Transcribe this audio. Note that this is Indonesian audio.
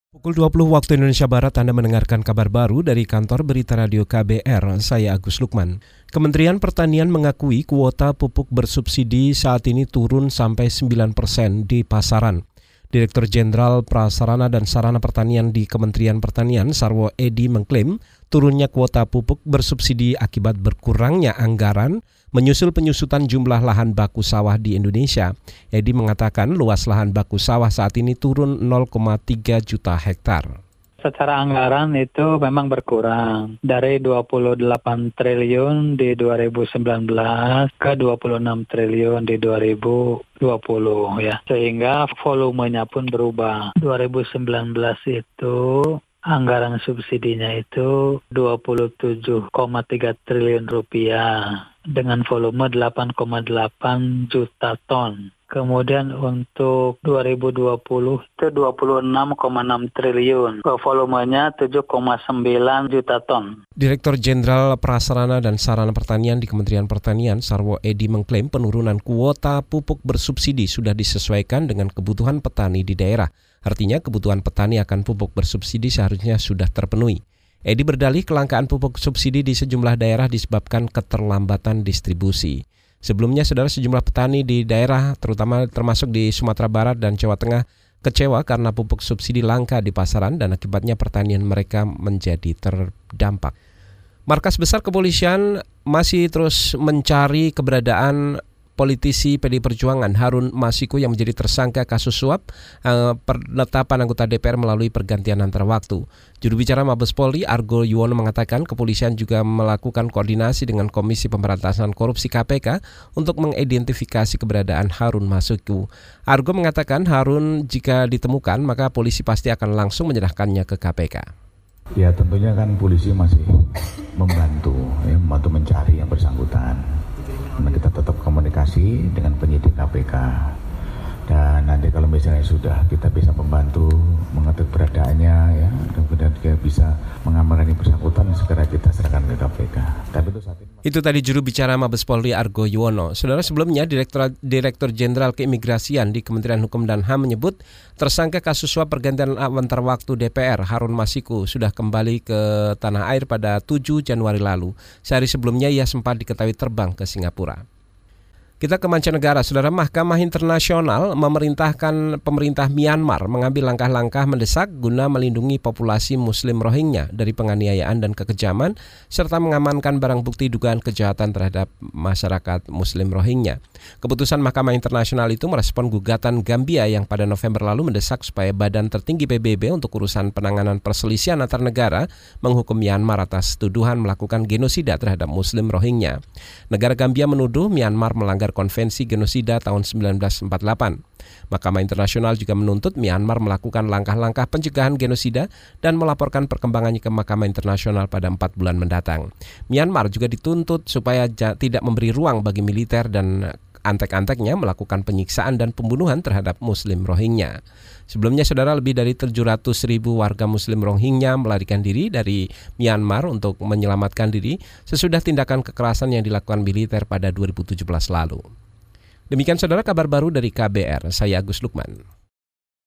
Pukul 20 waktu Indonesia Barat Anda mendengarkan kabar baru dari kantor berita radio KBR, saya Agus Lukman. Kementerian Pertanian mengakui kuota pupuk bersubsidi saat ini turun sampai 9% di pasaran. Direktur Jenderal Prasarana dan Sarana Pertanian di Kementerian Pertanian, Sarwo Edi, mengklaim turunnya kuota pupuk bersubsidi akibat berkurangnya anggaran menyusul penyusutan jumlah lahan baku sawah di Indonesia. Edi mengatakan luas lahan baku sawah saat ini turun 0,3 juta hektar. Secara anggaran itu memang berkurang dari 28 triliun di 2019 ke 26 triliun di 2020 ya. Sehingga volumenya pun berubah. 2019 itu anggaran subsidinya itu 27,3 triliun rupiah dengan volume 8,8 juta ton. Kemudian untuk 2020 itu 26,6 triliun, volumenya 7,9 juta ton. Direktur Jenderal Prasarana dan Sarana Pertanian di Kementerian Pertanian, Sarwo Edi, mengklaim penurunan kuota pupuk bersubsidi sudah disesuaikan dengan kebutuhan petani di daerah. Artinya kebutuhan petani akan pupuk bersubsidi seharusnya sudah terpenuhi. Edi berdalih kelangkaan pupuk subsidi di sejumlah daerah disebabkan keterlambatan distribusi. Sebelumnya, saudara, sejumlah petani di daerah, termasuk di Sumatera Barat dan Jawa Tengah, kecewa karena pupuk subsidi langka di pasaran dan akibatnya pertanian mereka menjadi terdampak. Markas Besar Kepolisian masih terus mencari keberadaan politisi PDI Perjuangan Harun Masiku yang menjadi tersangka kasus suap penetapan anggota DPR melalui pergantian antar waktu. Juru bicara Mabes Polri Argo Yuwono mengatakan kepolisian juga melakukan koordinasi dengan Komisi Pemberantasan Korupsi KPK untuk mengidentifikasi keberadaan Harun Masiku. Argo mengatakan Harun jika ditemukan maka polisi pasti akan langsung menyerahkannya ke KPK. Ya, tentunya kan polisi masih membantu mencari yang bersangkutan. Nah, kita tetap komunikasi dengan penyidik KPK dan nanti kalau misalnya sudah kita bisa membantu mengetahui keberadaannya ya, kemudian dia bisa mengamankan yang bersangkutan, segera kita serahkan ke KPK. Tapi itu saat ini itu tadi juru bicara Mabes Polri Argo Yuwono. Saudara, sebelumnya Direktur Jenderal Keimigrasian di Kementerian Hukum dan HAM menyebut tersangka kasus suap pergantian antar waktu DPR Harun Masiku sudah kembali ke tanah air pada 7 Januari lalu. Sehari sebelumnya ia sempat diketahui terbang ke Singapura. Kita ke mancanegara, saudara. Mahkamah Internasional memerintahkan pemerintah Myanmar mengambil langkah-langkah mendesak guna melindungi populasi Muslim Rohingya dari penganiayaan dan kekejaman, serta mengamankan barang bukti dugaan kejahatan terhadap masyarakat Muslim Rohingya. Keputusan Mahkamah Internasional itu merespon gugatan Gambia yang pada November lalu mendesak supaya Badan Tertinggi PBB untuk urusan penanganan perselisihan antar negara menghukum Myanmar atas tuduhan melakukan genosida terhadap Muslim Rohingya. Negara Gambia menuduh Myanmar melanggar Konvensi Genosida tahun 1948. Mahkamah Internasional juga menuntut Myanmar melakukan langkah-langkah pencegahan genosida dan melaporkan perkembangannya ke Mahkamah Internasional pada 4 bulan mendatang. Myanmar juga dituntut supaya tidak memberi ruang bagi militer dan antek-anteknya melakukan penyiksaan dan pembunuhan terhadap Muslim Rohingya. Sebelumnya, saudara, lebih dari 700.000 warga Muslim Rohingya melarikan diri dari Myanmar untuk menyelamatkan diri sesudah tindakan kekerasan yang dilakukan militer pada 2017 lalu. Demikian, saudara, kabar baru dari KBR. Saya Agus Lukman.